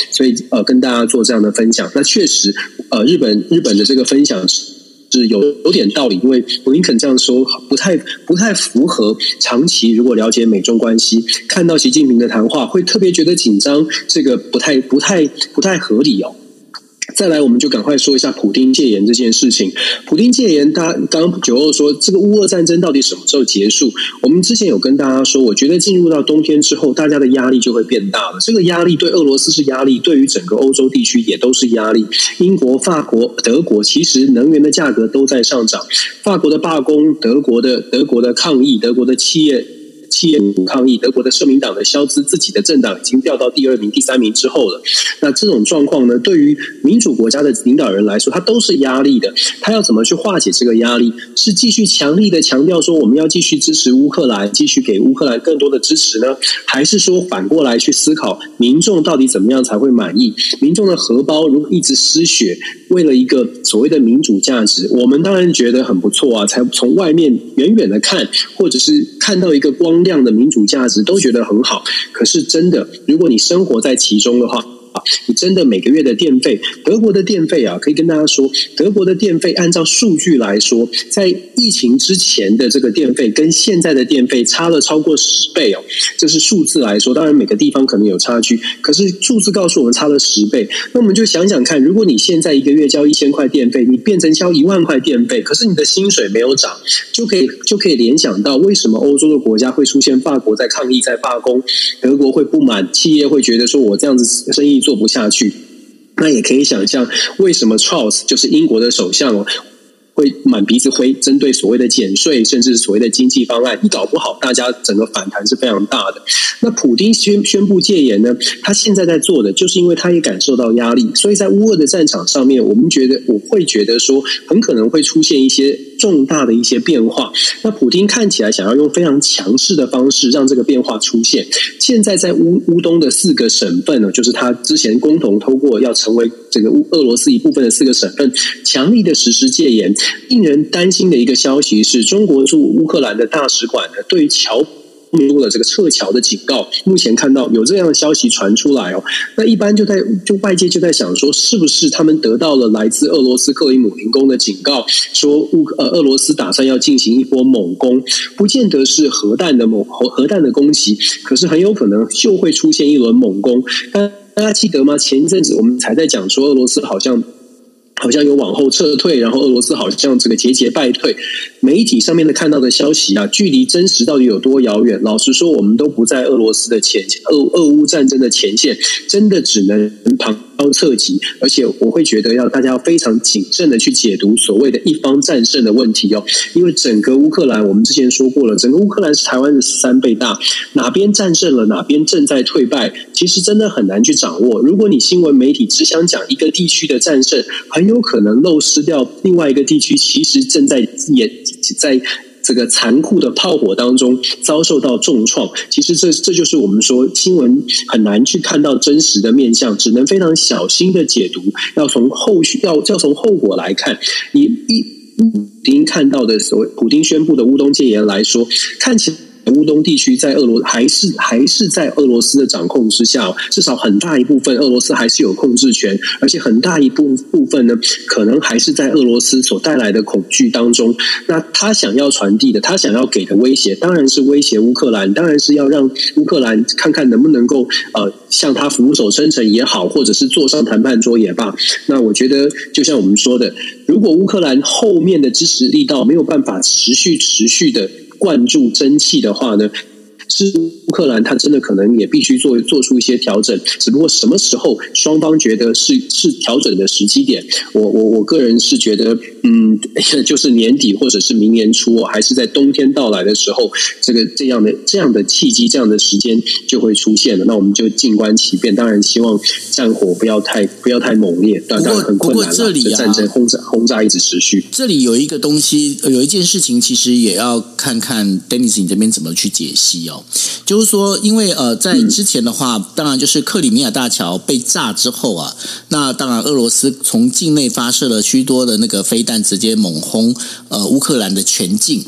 所以跟大家做这样的分享。那确实日本的这个分享是有点道理，因为布林肯这样说不太符合长期如果了解美中关系，看到习近平的谈话会特别觉得紧张，这个不太合理哦。再来，我们就赶快说一下普丁戒严这件事情。普丁戒严，刚刚九欧说这个乌俄战争到底什么时候结束？我们之前有跟大家说，我觉得进入到冬天之后，大家的压力就会变大了。这个压力对俄罗斯是压力，对于整个欧洲地区也都是压力。英国、法国、德国其实能源的价格都在上涨。法国的罢工，德国的抗议，德国的企业抗议，德国的社民党的肖兹自己的政党已经掉到第2名、第3名之后了。那这种状况呢，对于民主国家的领导人来说，他都是压力的。他要怎么去化解这个压力？是继续强力的强调说我们要继续支持乌克兰，继续给乌克兰更多的支持呢？还是说反过来去思考民众到底怎么样才会满意？民众的荷包如果一直失血，为了一个所谓的民主价值，我们当然觉得很不错啊，才从外面远远的看，或者是看到一个光亮的民主价值都觉得很好。可是真的，如果你生活在其中的话，你真的每个月的电费，德国的电费啊，可以跟大家说，德国的电费按照数据来说，在疫情之前的这个电费跟现在的电费差了超过10倍哦，这是数字来说，当然每个地方可能有差距，可是数字告诉我们差了10倍。那我们就想想看，如果你现在一个月交1000块电费，你变成交1万块电费，可是你的薪水没有涨，就可以联想到为什么欧洲的国家会出现法国在抗议、在罢工，德国会不满，企业会觉得说我这样子生意做不下去。那也可以想象为什么 Charles 就是英国的首相会满鼻子灰，针对所谓的减税甚至所谓的经济方案，一搞不好大家整个反弹是非常大的。那普丁宣布戒严呢，他现在在做的就是因为他也感受到压力，所以在乌俄的战场上面，我会觉得说很可能会出现一些重大的一些变化。那普丁看起来想要用非常强势的方式让这个变化出现。现在在乌东的4个省份呢，就是他之前共同透过要成为这个俄罗斯一部分的4个省份，强力的实施戒严。令人担心的一个消息是，中国驻乌克兰的大使馆呢，对于侨民的这个撤侨的警告，目前看到有这样的消息传出来哦。那一般就外界就在想说，是不是他们得到了来自俄罗斯克里姆林宫的警告，说俄罗斯打算要进行一波猛攻，不见得是核弹的攻击，可是很有可能就会出现一轮猛攻。大家记得吗？前一阵子我们才在讲说，俄罗斯好像有往后撤退，然后俄罗斯好像这个节败退。媒体上面的看到的消息啊，距离真实到底有多遥远？老实说，我们都不在俄罗斯的俄乌战争的前线，真的只能旁敲侧击。而且我会觉得大家非常谨慎的去解读所谓的一方战胜的问题哦，因为整个乌克兰我们之前说过了，整个乌克兰是台湾的13倍大，哪边战胜了，哪边正在退败，其实真的很难去掌握。如果你新闻媒体只想讲一个地区的战胜，很有可能漏失掉另外一个地区其实正在这个残酷的炮火当中遭受到重创。其实这就是我们说新闻很难去看到真实的面向，只能非常小心的解读，要从后果来看。以普丁看到的所谓普丁宣布的乌东戒严来说，看起来乌东地区在还是在俄罗斯的掌控之下，至少很大一部分俄罗斯还是有控制权，而且很大一部分呢，可能还是在俄罗斯所带来的恐惧当中。那他想要传递的，他想要给的威胁，当然是威胁乌克兰，当然是要让乌克兰看看能不能够向他俯首称臣也好，或者是坐上谈判桌也罢。那我觉得就像我们说的，如果乌克兰后面的支持力道没有办法持续的灌注真气的话呢，是乌克兰他真的可能也必须做出一些调整，只不过什么时候双方觉得是调整的时机点，我个人是觉得就是年底或者是明年初，还是在冬天到来的时候，这样的契机，这样的时间就会出现了。那我们就静观其变，当然希望战火不要太猛烈，当然很困难了。这里战争轰炸一直持续。 这里有一个东西，有一件事情，其实也要看看 Dennis 你这边怎么去解析哦。就是说，因为在之前的话，当然就是克里米亚大桥被炸之后啊，那当然俄罗斯从境内发射了许多的那个飞弹，直接猛轰乌克兰的全境。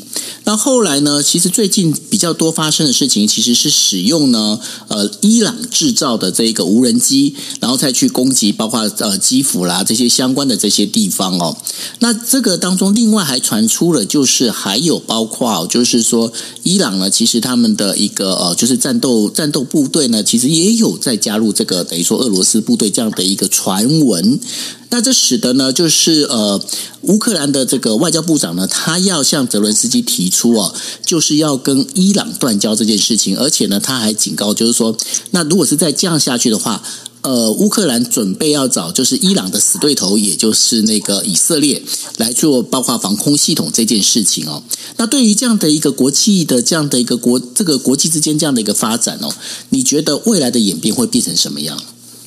那后来呢，其实最近比较多发生的事情，其实是使用呢伊朗制造的这个无人机，然后再去攻击包括基辅啦这些相关的这些地方哦。那这个当中另外还传出了，就是还有包括就是说伊朗呢，其实他们的一个就是战斗部队呢，其实也有在加入这个等于说俄罗斯部队这样的一个传闻。那这使得呢，就是乌克兰的这个外交部长呢，他要向泽伦斯基提出就是要跟伊朗断交这件事情，而且呢，他还警告，就是说，那如果是再这样下去的话，乌克兰准备要找就是伊朗的死对头，也就是那个以色列来做包括防空系统这件事情哦。那对于这样的一个国际的这样的一个国际之间这样的一个发展哦，你觉得未来的演变会变成什么样？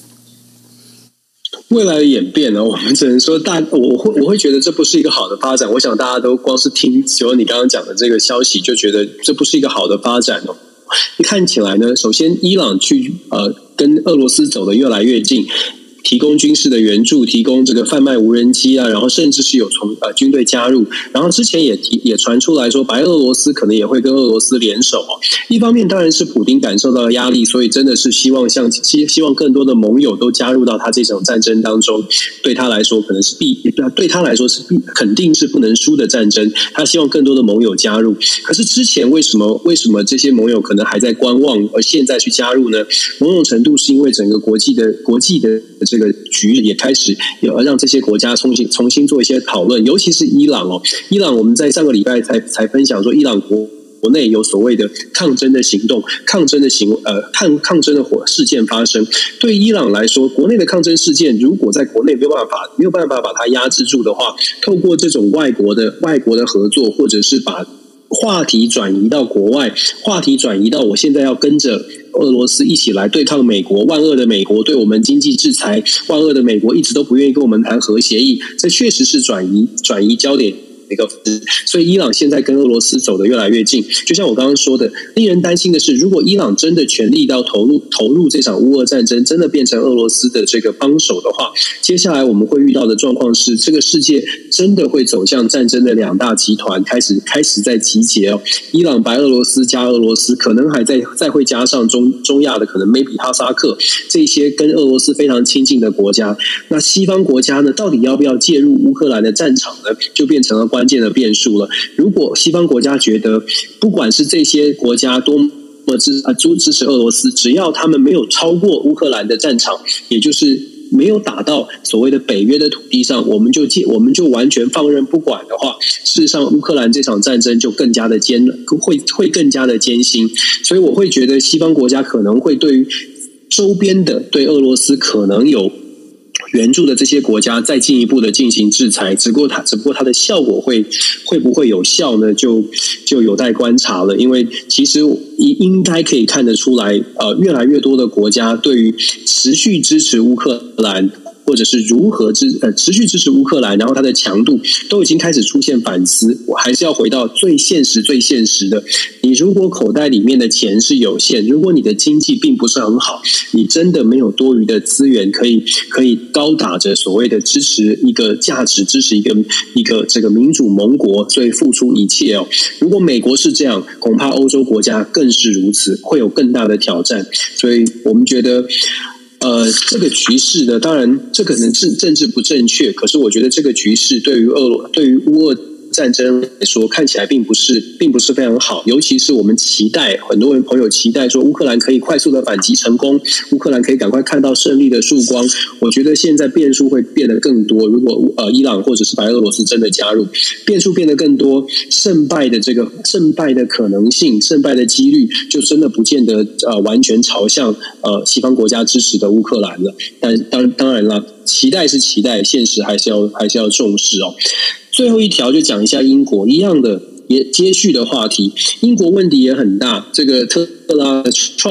未来的演变呢，我们只能说我会觉得这不是一个好的发展。我想大家都光是听就你刚刚讲的这个消息，就觉得这不是一个好的发展哦。看起来呢，首先伊朗去跟俄罗斯走得越来越近，提供军事的援助，提供这个贩卖无人机啊，然后甚至是有从军队加入，然后之前也传出来说白俄罗斯可能也会跟俄罗斯联手哦。一方面当然是普丁感受到了压力，所以真的是希望更多的盟友都加入到他这场战争当中，对他来说可能是肯定是不能输的战争，他希望更多的盟友加入。可是之前为什么这些盟友可能还在观望，而现在去加入呢？某种程度是因为整个国际的这个局也开始让这些国家重新做一些讨论，尤其是伊朗哦。伊朗我们在上个礼拜才分享说，伊朗国内有所谓的抗争的行动、抗争的事件发生。对伊朗来说，国内的抗争事件如果在国内没有办法把它压制住的话，透过这种外国的合作，或者是把话题转移到国外，话题转移到我现在要跟着俄罗斯一起来对抗美国，万恶的美国对我们经济制裁，万恶的美国一直都不愿意跟我们谈核协议，这确实是转移焦点一个，所以伊朗现在跟俄罗斯走得越来越近。就像我刚刚说的，令人担心的是，如果伊朗真的全力到投入这场乌俄战争，真的变成俄罗斯的这个帮手的话，接下来我们会遇到的状况是，这个世界真的会走向战争的两大集团开始在集结哦。伊朗、白俄罗斯加俄罗斯，可能还再会加上中亚的可能 maybe 哈萨克这些跟俄罗斯非常亲近的国家。那西方国家呢，到底要不要介入乌克兰的战场呢？就变成了关键的变数了。如果西方国家觉得，不管是这些国家多么支持俄罗斯，只要他们没有超过乌克兰的战场，也就是没有打到所谓的北约的土地上，我们就完全放任不管的话，事实上乌克兰这场战争就更加的会更加的艰辛。所以我会觉得西方国家可能会对于周边的对俄罗斯可能有援助的这些国家再进一步的进行制裁，只不过它的效果会不会有效呢？就有待观察了。因为其实应该可以看得出来，越来越多的国家对于持续支持乌克兰，或者是如何持续支持乌克兰，然后它的强度都已经开始出现反思。我还是要回到最现实的，你如果口袋里面的钱是有限，如果你的经济并不是很好，你真的没有多余的资源可以高打着所谓的支持一个价值，支持一个这个民主盟国，所以付出一切哦。如果美国是这样，恐怕欧洲国家更是如此，会有更大的挑战。所以我们觉得这个局势呢，当然这可能是政治不正确，可是我觉得这个局势对于乌俄战争来说，看起来并不是非常好。尤其是我们很多人朋友期待说乌克兰可以快速的反击成功，乌克兰可以赶快看到胜利的曙光。我觉得现在变数会变得更多。如果伊朗或者是白俄罗斯真的加入，变数变得更多，胜败的可能性、胜败的几率，就真的不见得完全朝向西方国家支持的乌克兰了。但当然了，期待是期待，现实还是要重视哦。最后一条就讲一下英国一样的也接续的话题。英国问题也很大，这个特拉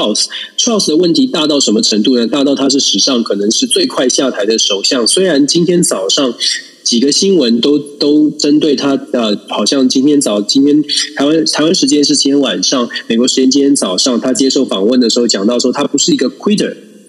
Truss 的问题大到什么程度呢？大到他是史上可能是最快下台的首相。虽然今天早上几个新闻都针对他，好像今天台湾时间是今天晚上，美国时间今天早上他接受访问的时候讲到说，他不是一个 quitter。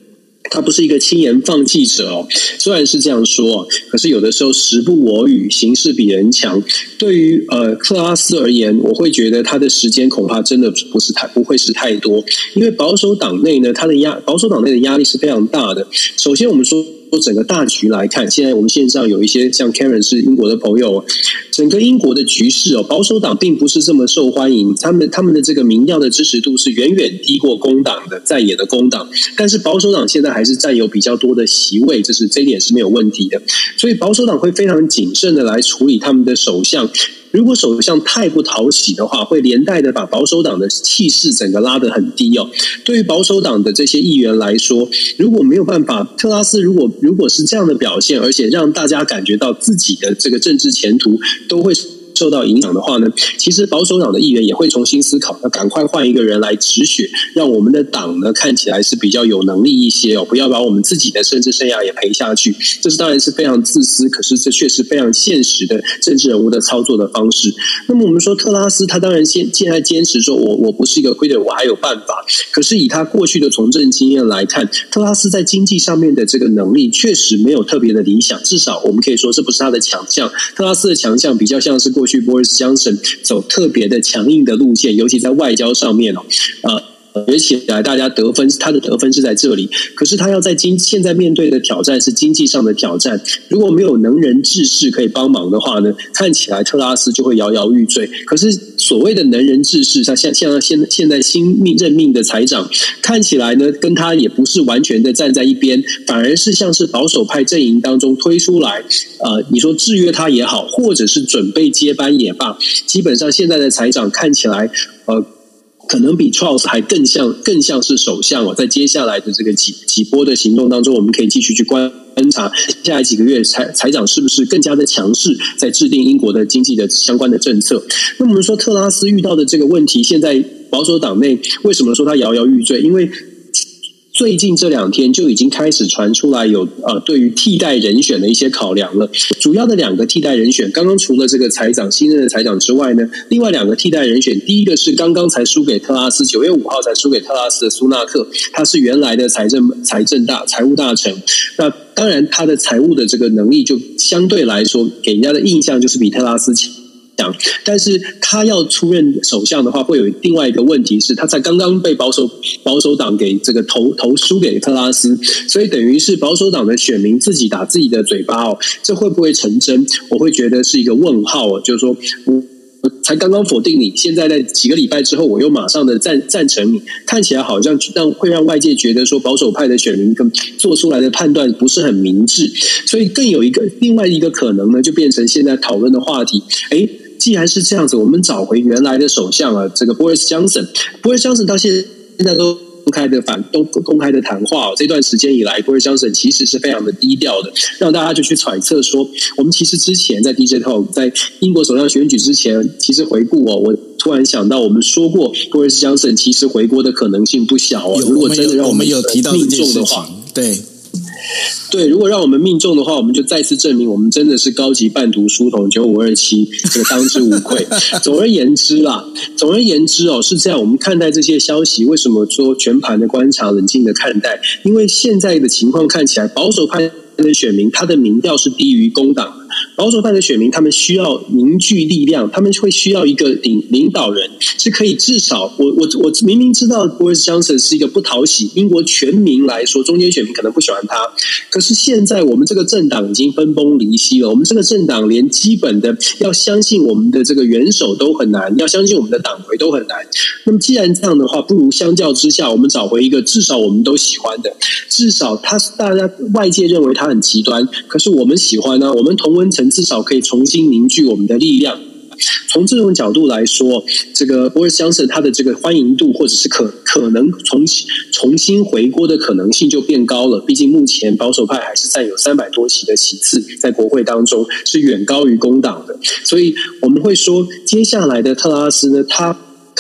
他不是一个轻言放弃者哦，虽然是这样说，可是有的时候时不我与，形势比人强。对于特拉斯而言，我会觉得他的时间恐怕真的不会是太多，因为保守党内呢，保守党内的压力是非常大的。首先，我们说整个大局来看，现在我们线上有一些像 Karen 是英国的朋友，整个英国的局势哦，保守党并不是这么受欢迎，他们的这个民调的支持度是远远低过工党的在野的工党，但是保守党现在还是占有比较多的席位，这一点是没有问题的，所以保守党会非常谨慎的来处理他们的首相。如果首相太不讨喜的话，会连带的把保守党的气势整个拉得很低哦。对于保守党的这些议员来说，如果没有办法，特拉斯如果是这样的表现，而且让大家感觉到自己的这个政治前途都会受到影响的话呢，其实保守党的议员也会重新思考，要赶快换一个人来止血，让我们的党呢看起来是比较有能力一些哦，不要把我们自己的政治生涯也赔下去。这是当然是非常自私，可是这却是非常现实的政治人物的操作的方式。那么我们说特拉斯他当然现在坚持说我不是一个quitter，我还有办法。可是以他过去的从政经验来看，特拉斯在经济上面的这个能力确实没有特别的理想，至少我们可以说这不是他的强项。特拉斯的强项比较像是过去Boris Johnson 走特别的强硬的路线，尤其在外交上面而且大家他的得分是在这里，可是他要在现在面对的挑战是经济上的挑战，如果没有能人志士可以帮忙的话呢，看起来特拉斯就会摇摇欲坠。可是所谓的能人志士，像现在新任命的财长，看起来呢跟他也不是完全的站在一边，反而是像是保守派阵营当中推出来，你说制约他也好，或者是准备接班也罢，基本上现在的财长看起来可能比 Charles 还更像是首相哦。在接下来的这个几波的行动当中，我们可以继续去观察接下来几个月财长是不是更加的强势，在制定英国的经济的相关的政策。那我们说特拉斯遇到的这个问题，现在保守党内为什么说他摇摇欲坠？因为最近这2天就已经开始传出来有对于替代人选的一些考量了。主要的2个替代人选，刚刚除了这个新任的财长之外呢，另外2个替代人选，第一个是刚刚才输给特拉斯，9月5号才输给特拉斯的苏纳克，他是原来的财务大臣。那当然他的财务的这个能力就相对来说给人家的印象就是比特拉斯强。但是他要出任首相的话，会有另外一个问题是，他才刚刚被保守党给这个投输给特拉斯，所以等于是保守党的选民自己打自己的嘴巴哦，这会不会成真？我会觉得是一个问号哦，就是说我才刚刚否定你，现在在几个礼拜之后，我又马上的赞成你，看起来好像会让外界觉得说保守派的选民做出来的判断不是很明智，所以更有另外一个可能呢，就变成现在讨论的话题。既然是这样子，我们找回原来的首相啊，这个 Boris Johnson 到现在都公开的谈话这段时间以来 Boris Johnson 其实是非常的低调的，让大家就去揣测说，我们其实之前在 DJ Talk 在英国首相选举之前，其实回顾我突然想到我们说过 Boris Johnson 其实回国的可能性不小如果真的让我们有提到命中的话， 对， 如果让我们命中的话，我们就再次证明我们真的是高级伴读书童9527，这个当之无愧。总而言之是这样。我们看待这些消息，为什么说全盘的观察、冷静的看待？因为现在的情况看起来，保守派的选民他的民调是低于工党的。保守派的选民他们需要凝聚力量，他们会需要一个领导人，是可以至少我明明知道 Boris Johnson 是一个不讨喜，英国全民来说，中间选民可能不喜欢他，可是现在我们这个政党已经分崩离析了，我们这个政党连基本的要相信我们的这个元首都很难，要相信我们的党魁都很难。那么既然这样的话，不如相较之下，我们找回一个至少我们都喜欢的，至少大家外界认为他很极端，可是我们喜欢呢，我们同温层至少可以重新凝聚我们的力量。从这种角度来说，这个 Boris Johnson 他的这个欢迎度或者是可能重新回国的可能性就变高了。毕竟目前保守派还是占有300多席的席次，在国会当中是远高于工党的。所以我们会说，接下来的特拉斯呢，他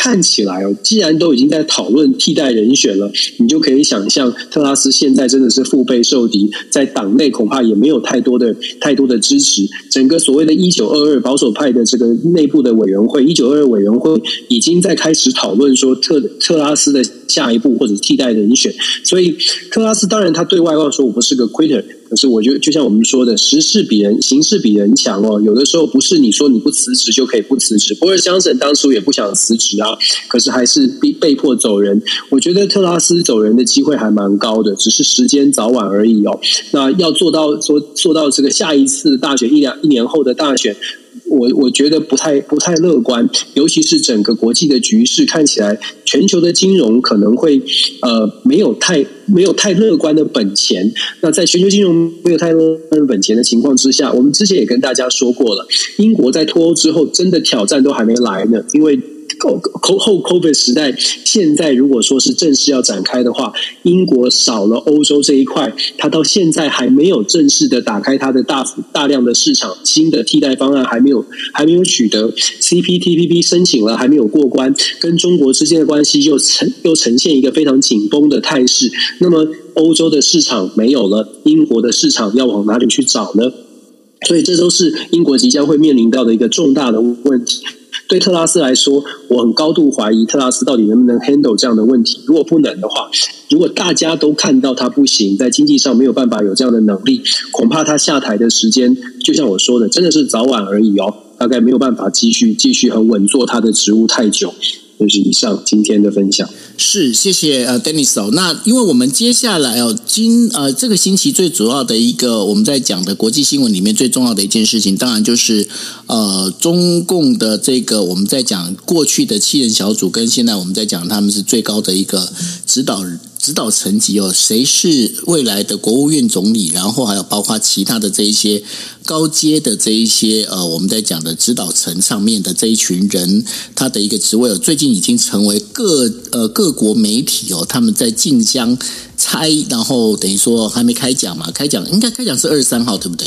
看起来既然都已经在讨论替代人选了，你就可以想象特拉斯现在真的是腹背受敌，在党内恐怕也没有太多的支持。整个所谓的1922保守派的这个内部的委员会，1922委员会已经在开始讨论说特拉斯的下一步或者替代人选。所以特拉斯当然他对外告说我不是个 quitter， 可是我觉得就像我们说的，形势比人强有的时候不是你说你不辞职就可以不辞职。波尔江森当初也不想辞职啊，可是还是被迫走人。我觉得特拉斯走人的机会还蛮高的，只是时间早晚而已那要做到这个下一次大选一年后的大选，我觉得不太乐观，尤其是整个国际的局势看起来，全球的金融可能会没有太乐观的本钱。那在全球金融没有太乐观的本钱的情况之下，我们之前也跟大家说过了，英国在脱欧之后真的挑战都还没来呢，因为后 COVID 时代，现在如果说是正式要展开的话，英国少了欧洲这一块，它到现在还没有正式的打开它的大量的市场，新的替代方案还没有取得 ，CPTPP 申请了还没有过关，跟中国之间的关系又呈现一个非常紧绷的态势。那么欧洲的市场没有了，英国的市场要往哪里去找呢？所以这都是英国即将会面临到的一个重大的问题。对特拉斯来说，我很高度怀疑特拉斯到底能不能 handle 这样的问题。如果不能的话，如果大家都看到他不行，在经济上没有办法有这样的能力，恐怕他下台的时间，就像我说的，真的是早晚而已大概没有办法继续很稳坐他的职务太久。就是以上今天的分享。 是，谢谢Dennis 那因为我们接下来这个星期最主要的一个我们在讲的国际新闻里面最重要的一件事情，当然就是中共的这个我们在讲过去的7人小组跟现在我们在讲他们是最高的一个指导层级谁是未来的国务院总理，然后还有包括其他的这一些高阶的这一些我们在讲的指导层上面的这一群人，他的一个职位最近已经成为各国媒体他们在竞相猜，然后等于说还没开讲嘛，应该开讲是23号对不对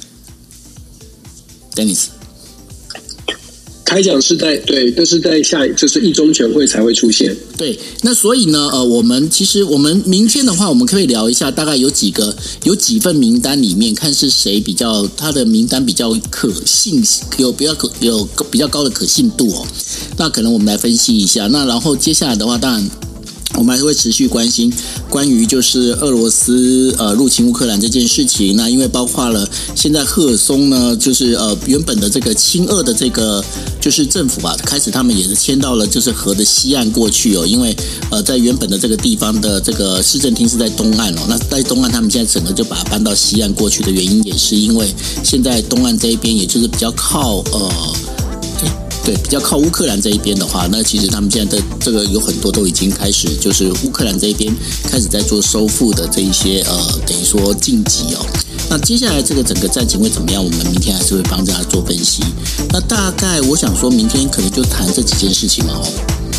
Dennis？ 开讲是对，都是在就是一中全会才会出现。 对，那所以呢，我们明天的话，我们可以聊一下，大概有几份名单里面，看是谁他的名单比较可信，有比较高的可信度那可能我们来分析一下。那然后接下来的话，当然我们还会持续关心关于就是俄罗斯入侵乌克兰这件事情。那因为包括了现在赫尔松呢，就是原本的这个亲俄的这个就是政府开始他们也是迁到了就是河的西岸过去因为在原本的这个地方的这个市政厅是在东岸那在东岸他们现在整个就把它搬到西岸过去的原因，也是因为现在东岸这一边也就是比较靠比较靠乌克兰这一边的话，那其实他们现在的这个有很多都已经开始，就是乌克兰这一边开始在做收复的这一些等于说晋级那接下来这个整个战情会怎么样？我们明天还是会帮大家做分析。那大概我想说明天可能就谈这几件事情了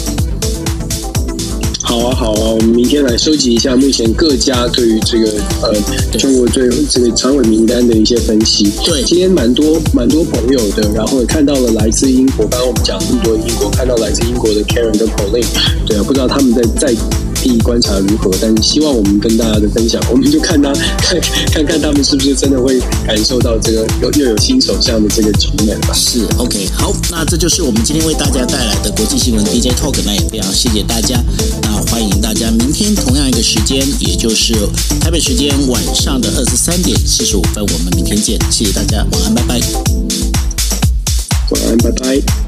好啊，我们明天来收集一下目前各家对于这个中国对这个常委名单的一些分析。 对， 今天蛮多朋友的，然后也看到了来自英国，刚刚我们讲那么多英国，看到来自英国的 Karen 跟 Pauline， 对不知道他们在地观察如何，但是希望我们跟大家的分享，我们就看他们是不是真的会感受到这个又有新首相的这个局面吧。 是 OK， 好，那这就是我们今天为大家带来的国际新闻 DJ Talk， 那也非常谢谢大家，那欢迎大家明天同样一个时间，也就是台北时间晚上的23:45，我们明天见，谢谢大家，晚安，拜拜。 晚安，拜拜。